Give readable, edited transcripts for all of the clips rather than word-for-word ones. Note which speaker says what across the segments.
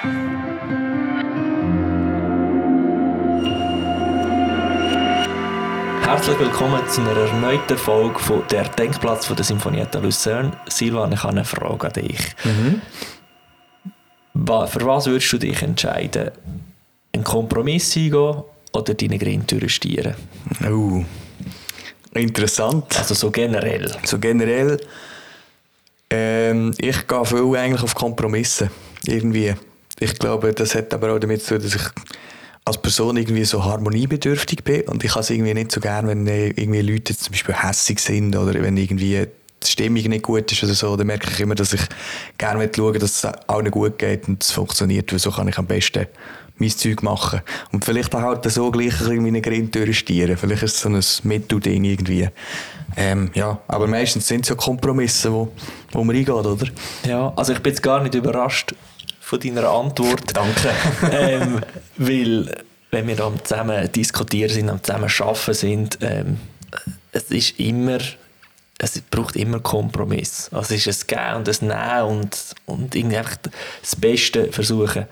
Speaker 1: Herzlich willkommen zu einer erneuten Folge von «Der Denkplatz» von der Sinfonietta Luzern. Silvan, ich habe eine Frage an dich. Für was würdest du dich entscheiden? Einen Kompromiss eingehen oder deine Grindtüren stieren?
Speaker 2: Interessant.
Speaker 1: Also so generell.
Speaker 2: Ich gehe viel eigentlich auf Kompromisse. Irgendwie. Ich glaube, das hat aber auch damit zu tun, dass ich als Person irgendwie so harmoniebedürftig bin und ich habe es irgendwie nicht so gern, wenn irgendwie Leute jetzt zum Beispiel hässig sind oder wenn irgendwie die Stimmung nicht gut ist oder so, dann merke ich immer, dass ich gerne schauen will, dass es allen gut geht und es funktioniert, weil so kann ich am besten mein Zeug machen. Und vielleicht auch halt so gleich irgendwie eine Grindtür stieren. Vielleicht ist es so ein Mittelding irgendwie. Ja, aber meistens sind es ja Kompromisse, wo man eingeht, oder?
Speaker 1: Ja, also ich bin jetzt gar nicht überrascht von deiner Antwort.
Speaker 2: Danke.
Speaker 1: Weil, wenn wir da zusammen diskutieren sind, am zusammen arbeiten sind, es braucht immer Kompromiss. Also es ist ein Geben und ein Nehmen und irgendwie einfach das Beste versuchen,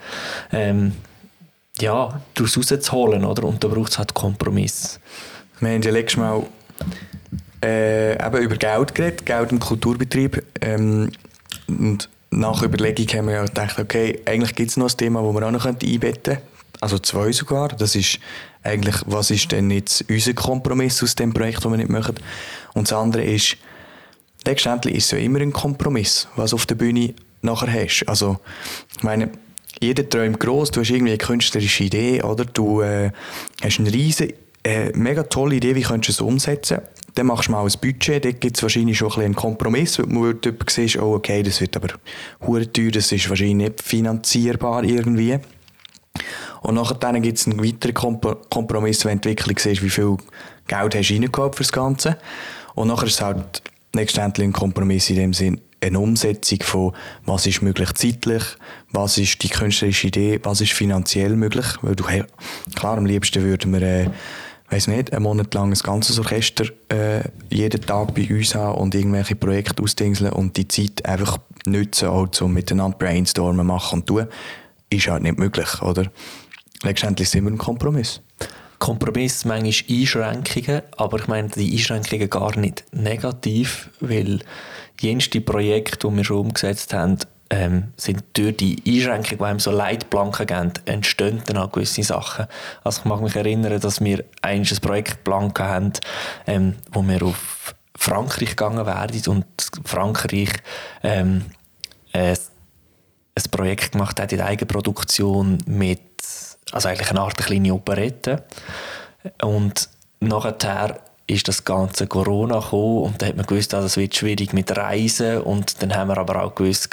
Speaker 1: daraus rauszuholen, oder? Und da braucht es halt Kompromiss.
Speaker 2: Wir haben ja letztes Mal eben über Geld geredet, Geld im Kulturbetrieb. Und nach Überlegung haben wir ja gedacht, okay, eigentlich gibt es noch ein Thema, das wir auch noch einbetten könnten. Also 2 sogar. Das ist eigentlich, was ist denn jetzt unser Kompromiss aus dem Projekt, das wir nicht machen. Und das andere ist, letztendlich ist es ja immer ein Kompromiss, was du auf der Bühne nachher hast. Also, ich meine, jeder träumt gross, du hast irgendwie eine künstlerische Idee, oder? Du hast eine riesen, mega tolle Idee, wie könntest du es umsetzen. Dann machst du mal ein Budget, dort gibt es wahrscheinlich schon ein bisschen einen Kompromiss, weil du siehst, oh okay, das wird aber verdammt teuer, das ist wahrscheinlich nicht finanzierbar irgendwie. Und nachher gibt es einen weiteren Kompromiss, wenn du wirklich siehst, wie viel Geld hast du reingehauen für das Ganze. Und nachher ist es halt letztendlich ein Kompromiss in dem Sinn, eine Umsetzung von, was ist möglich zeitlich, was ist die künstlerische Idee, was ist finanziell möglich. Weil klar, am liebsten würden wir weiss nicht, einen Monat lang ein ganzes Orchester jeden Tag bei uns haben und irgendwelche Projekte ausdingseln und die Zeit einfach nutzen, auch um miteinander brainstormen, machen und tun, ist halt nicht möglich, oder? Letztendlich sind wir ein Kompromiss.
Speaker 1: Kompromiss, manchmal Einschränkungen, aber ich meine die Einschränkungen gar nicht negativ, weil jenste Projekte, die wir schon umgesetzt haben, sind durch die Einschränkungen, die einem so Leitplanken geben, entstehen dann auch gewisse Sachen. Also ich mag mich erinnern, dass wir eigentlich ein Projektplanken haben, wo wir auf Frankreich gegangen wären und Frankreich ein Projekt gemacht hat in der Eigenproduktion mit, also eigentlich eine Art kleine Operette. Und nachher ist das ganze Corona gekommen und da hat man gewusst, es wird schwierig mit Reisen und dann haben wir aber auch gewusst,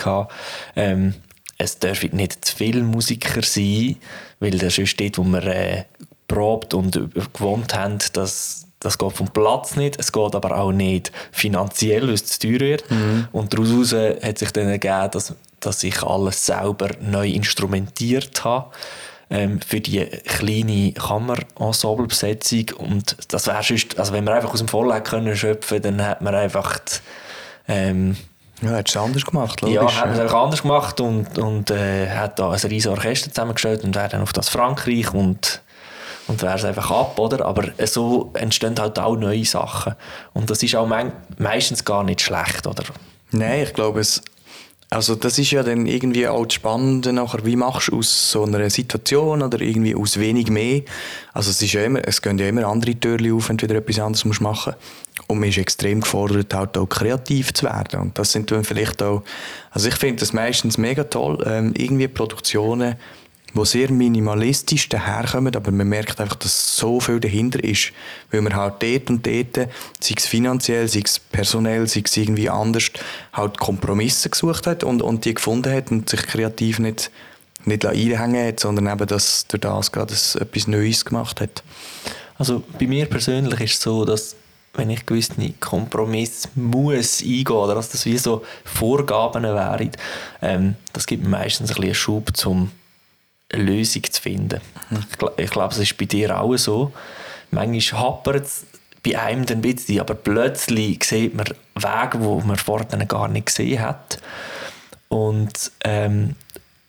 Speaker 1: es dürfen nicht zu viele Musiker sein, weil das ist dort, wo wir probt und gewohnt haben, das geht vom Platz nicht, es geht aber auch nicht finanziell, weil es zu teuer wird. Und daraus hat sich dann ergeben, dass ich alles selber neu instrumentiert habe für die kleine Kammer-Ensemble-Besetzung. Und das wäre sonst, also wenn wir einfach aus dem Vollen können schöpfen, dann hat man einfach
Speaker 2: ja, hättest du es anders gemacht, logisch.
Speaker 1: Ja, hat man es einfach anders gemacht und hat da ein riesiges Orchester zusammengestellt und wäre dann auf das Frankreich und wäre es einfach ab, oder? Aber so entstehen halt auch neue Sachen. Und das ist auch meistens gar nicht schlecht, oder?
Speaker 2: Nein, ich glaube also das ist ja dann irgendwie auch das Spannende nachher, wie machst du aus so einer Situation oder irgendwie aus wenig mehr, also es gehen ja immer andere Türen auf, wenn du wieder etwas anderes machen musst und man ist extrem gefordert, halt auch kreativ zu werden und das sind dann vielleicht auch, also ich finde das meistens mega toll, irgendwie Produktionen, die sehr minimalistisch daherkommen, aber man merkt einfach, dass so viel dahinter ist, weil man halt dort und dort, sei es finanziell, sei es personell, sei es irgendwie anders, halt Kompromisse gesucht hat und die gefunden hat und sich kreativ nicht einhängen hat, sondern eben dass durch das gerade etwas Neues gemacht hat.
Speaker 1: Also bei mir persönlich ist es so, dass wenn ich gewisse Kompromisse muss eingehen oder dass das wie so Vorgaben wären, das gibt mir meistens ein bisschen einen Schub, um eine Lösung zu finden. Ich glaube, es ist bei dir auch so. Manchmal hapert es bei einem dann ein bisschen, aber plötzlich sieht man Wege, die man vorher gar nicht gesehen hat. Und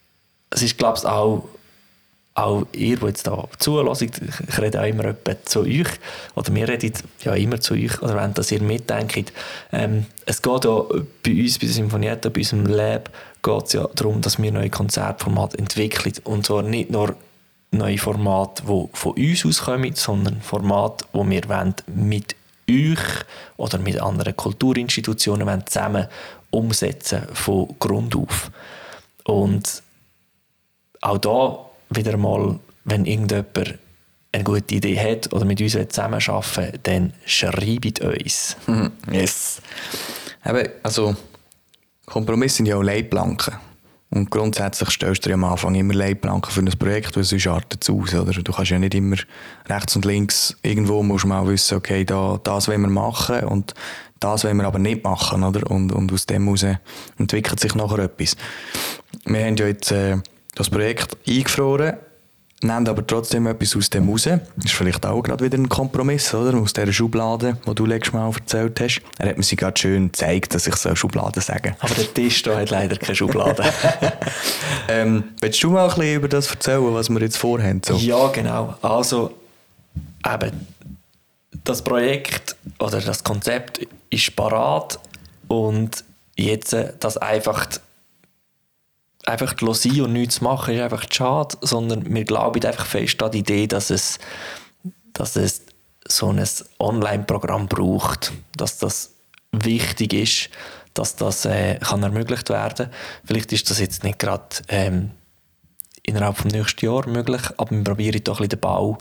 Speaker 1: es ist, glaube ich, auch ihr, die jetzt da zuhört, ich rede auch immer etwa zu euch, oder wir reden ja immer zu euch, oder wenn das ihr mitdenkt. Es geht ja bei uns, bei der Sinfonietta, bei unserem Lab, geht es ja darum, dass wir neue Konzertformate entwickeln. Und zwar nicht nur neue Formate, die von uns auskommen, sondern Formate, die wir mit euch oder mit anderen Kulturinstitutionen zusammen umsetzen von Grund auf. Und auch da wieder mal, wenn irgendjemand eine gute Idee hat oder mit uns zusammenarbeiten will, dann schreibt uns.
Speaker 2: Yes. Eben, also Kompromisse sind ja auch Leitplanken. Und grundsätzlich stellst du dir am Anfang immer Leitplanken für ein Projekt, weil sonst artet es aus. Oder? Du kannst ja nicht immer rechts und links, irgendwo musst du mal wissen, okay, das wollen wir machen und das wollen wir aber nicht machen. Oder? Und aus dem heraus entwickelt sich nachher etwas. Wir haben ja jetzt das Projekt eingefroren, nehmen aber trotzdem etwas aus dem raus. Das ist vielleicht auch gerade wieder ein Kompromiss, oder? Aus dieser Schublade, die du letztes Mal erzählt hast. Er hat mir sie gerade schön gezeigt, dass ich so Schublade sage.
Speaker 1: Aber der Tisch da hat leider keine Schublade.
Speaker 2: Willst du mal ein bisschen über das erzählen, was wir jetzt vorhaben? So?
Speaker 1: Ja, genau. Also, eben, das Projekt oder das Konzept ist parat und jetzt das einfach sein und nichts zu machen, ist einfach schade, sondern wir glauben einfach fest an die Idee, dass es so ein Online-Programm braucht, dass das wichtig ist, dass das kann ermöglicht werden. Vielleicht ist das jetzt nicht gerade innerhalb des nächsten Jahres möglich, aber wir probieren doch ein bisschen den Bau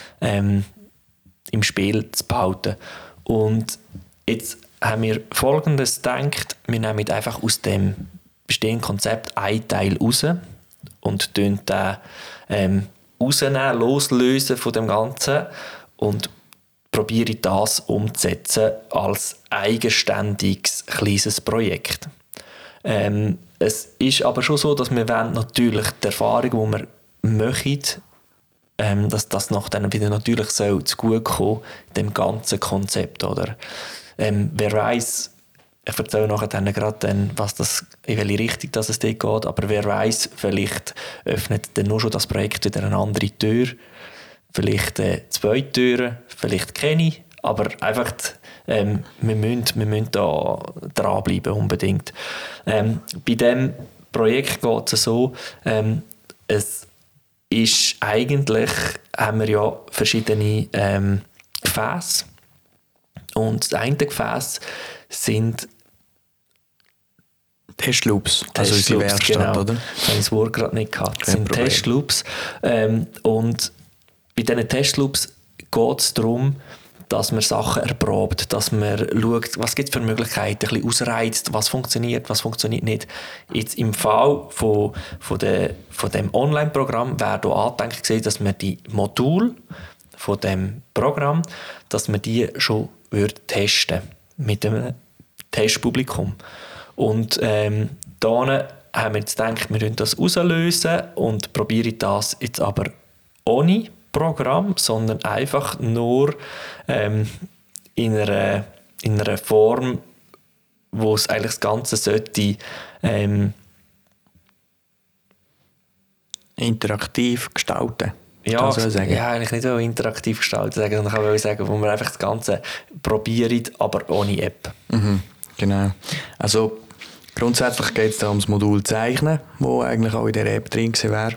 Speaker 1: im Spiel zu behalten. Und jetzt haben wir Folgendes gedacht: Wir nehmen einfach aus dem bestehenden Konzept einen Teil raus und den rausnehmen, loslösen von dem Ganzen und probiere das umzusetzen als eigenständiges kleines Projekt. Es ist aber schon so, dass wir natürlich die Erfahrung, die wir möchten, dass das noch dann wieder natürlich soll zugutekommen, dem ganzen Konzept, oder? Wer weiß, ich erzähle nachher dann gerade, in welche Richtung es dort geht, aber wer weiß, vielleicht öffnet dann nur schon das Projekt wieder eine andere Tür, vielleicht 2 Türen, vielleicht keine, aber einfach wir müssen da dranbleiben unbedingt. Bei diesem Projekt geht es so, es ist eigentlich, haben wir ja verschiedene Gefäße, und das eine Gefäß sind
Speaker 2: Testloops, also unsere Werkstatt,
Speaker 1: genau.
Speaker 2: oder?
Speaker 1: Ich habe das Wort gerade nicht gehabt. Das sind Testloops. Und bei diesen Testloops geht es darum, dass man Sachen erprobt, dass man schaut, was gibt es für Möglichkeiten, ein bisschen ausreizt, was funktioniert nicht. Jetzt im Fall von dem Online-Programm wäre hier angedenkt gewesen, dass man die Module von dem Programm, dass man die schon testen mit einem Testpublikum. Und da haben wir jetzt gedacht, wir lösen das rauslösen und probieren das jetzt aber ohne Programm, sondern einfach nur in einer Form, wo es eigentlich das Ganze sollte
Speaker 2: interaktiv gestalten.
Speaker 1: Ja, eigentlich nicht so interaktiv gestalten, sondern ich kann sagen, wo wir einfach das Ganze probieren, aber ohne App.
Speaker 2: Mhm, genau. Also grundsätzlich geht es da ums Modul Zeichnen, wo eigentlich auch in der App drin wäre.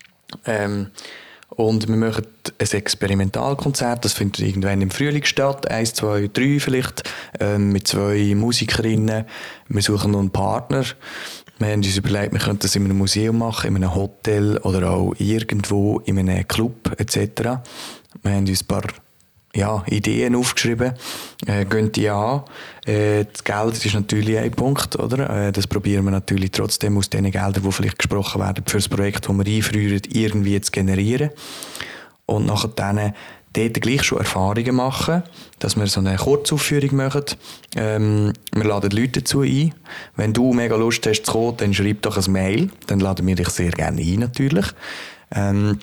Speaker 2: Und wir machen ein Experimentalkonzert, das findet irgendwann im Frühling statt, 1, 2, 3 vielleicht, mit 2 Musikerinnen. Wir suchen noch einen Partner. Wir haben uns überlegt, wir könnten das in einem Museum machen, in einem Hotel oder auch irgendwo in einem Club etc. Wir haben uns ein paar Ideen aufgeschrieben, gehen die an. Das Geld ist natürlich ein Punkt, oder? Das probieren wir natürlich trotzdem aus den Geldern, die vielleicht gesprochen werden, für das Projekt, das wir einfrieren, irgendwie zu generieren. Und nachher dann dort gleich schon Erfahrungen machen, dass wir so eine Kurzaufführung machen. Wir laden Leute dazu ein. Wenn du mega Lust hast zu kommen, dann schreib doch ein Mail. Dann laden wir dich sehr gerne ein, natürlich.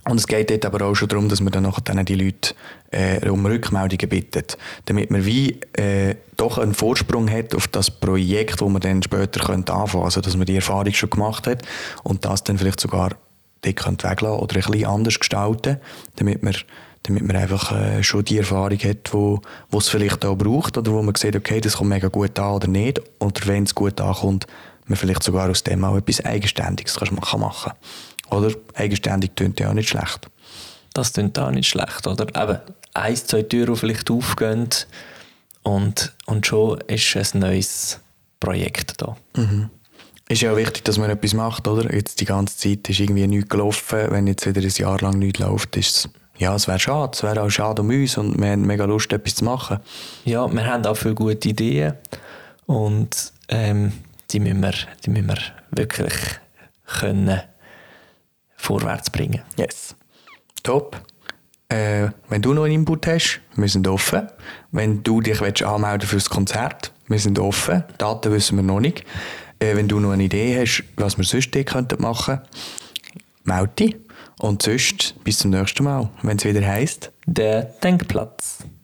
Speaker 2: Und es geht dort aber auch schon darum, dass man dann nachher die Leute um Rückmeldungen bittet, damit man wie doch einen Vorsprung hat auf das Projekt, wo man dann später anfangen könnte. Also dass man die Erfahrung schon gemacht hat und das dann vielleicht sogar dort weglassen oder ein bisschen anders gestalten, damit man einfach schon die Erfahrung hat, wo es vielleicht auch braucht oder wo man sieht, okay, das kommt mega gut an oder nicht. Oder wenn es gut ankommt, man vielleicht sogar aus dem auch etwas Eigenständiges kann machen. Oder eigenständig tönt ja auch nicht schlecht.
Speaker 1: Das tönt auch nicht schlecht, oder? Eben, 1, 2 Türen vielleicht aufgehen und schon ist ein neues Projekt da.
Speaker 2: Mhm. Ist ja auch wichtig, dass man etwas macht, oder? Jetzt die ganze Zeit ist irgendwie nichts gelaufen. Wenn jetzt wieder ein Jahr lang nichts läuft, ist es... Ja, es wäre schade. Es wäre auch schade um uns und wir haben mega Lust, etwas zu machen.
Speaker 1: Ja, wir haben auch viele gute Ideen und die müssen wir wirklich können vorwärts bringen.
Speaker 2: Yes. Top. Wenn du noch einen Input hast, wir sind offen. Wenn du dich anmelden für das Konzert, wir sind offen. Daten wissen wir noch nicht. Wenn du noch eine Idee hast, was wir sonst machen könnten, melde dich. Und sonst bis zum nächsten Mal, wenn es wieder heisst:
Speaker 1: Der Denkplatz.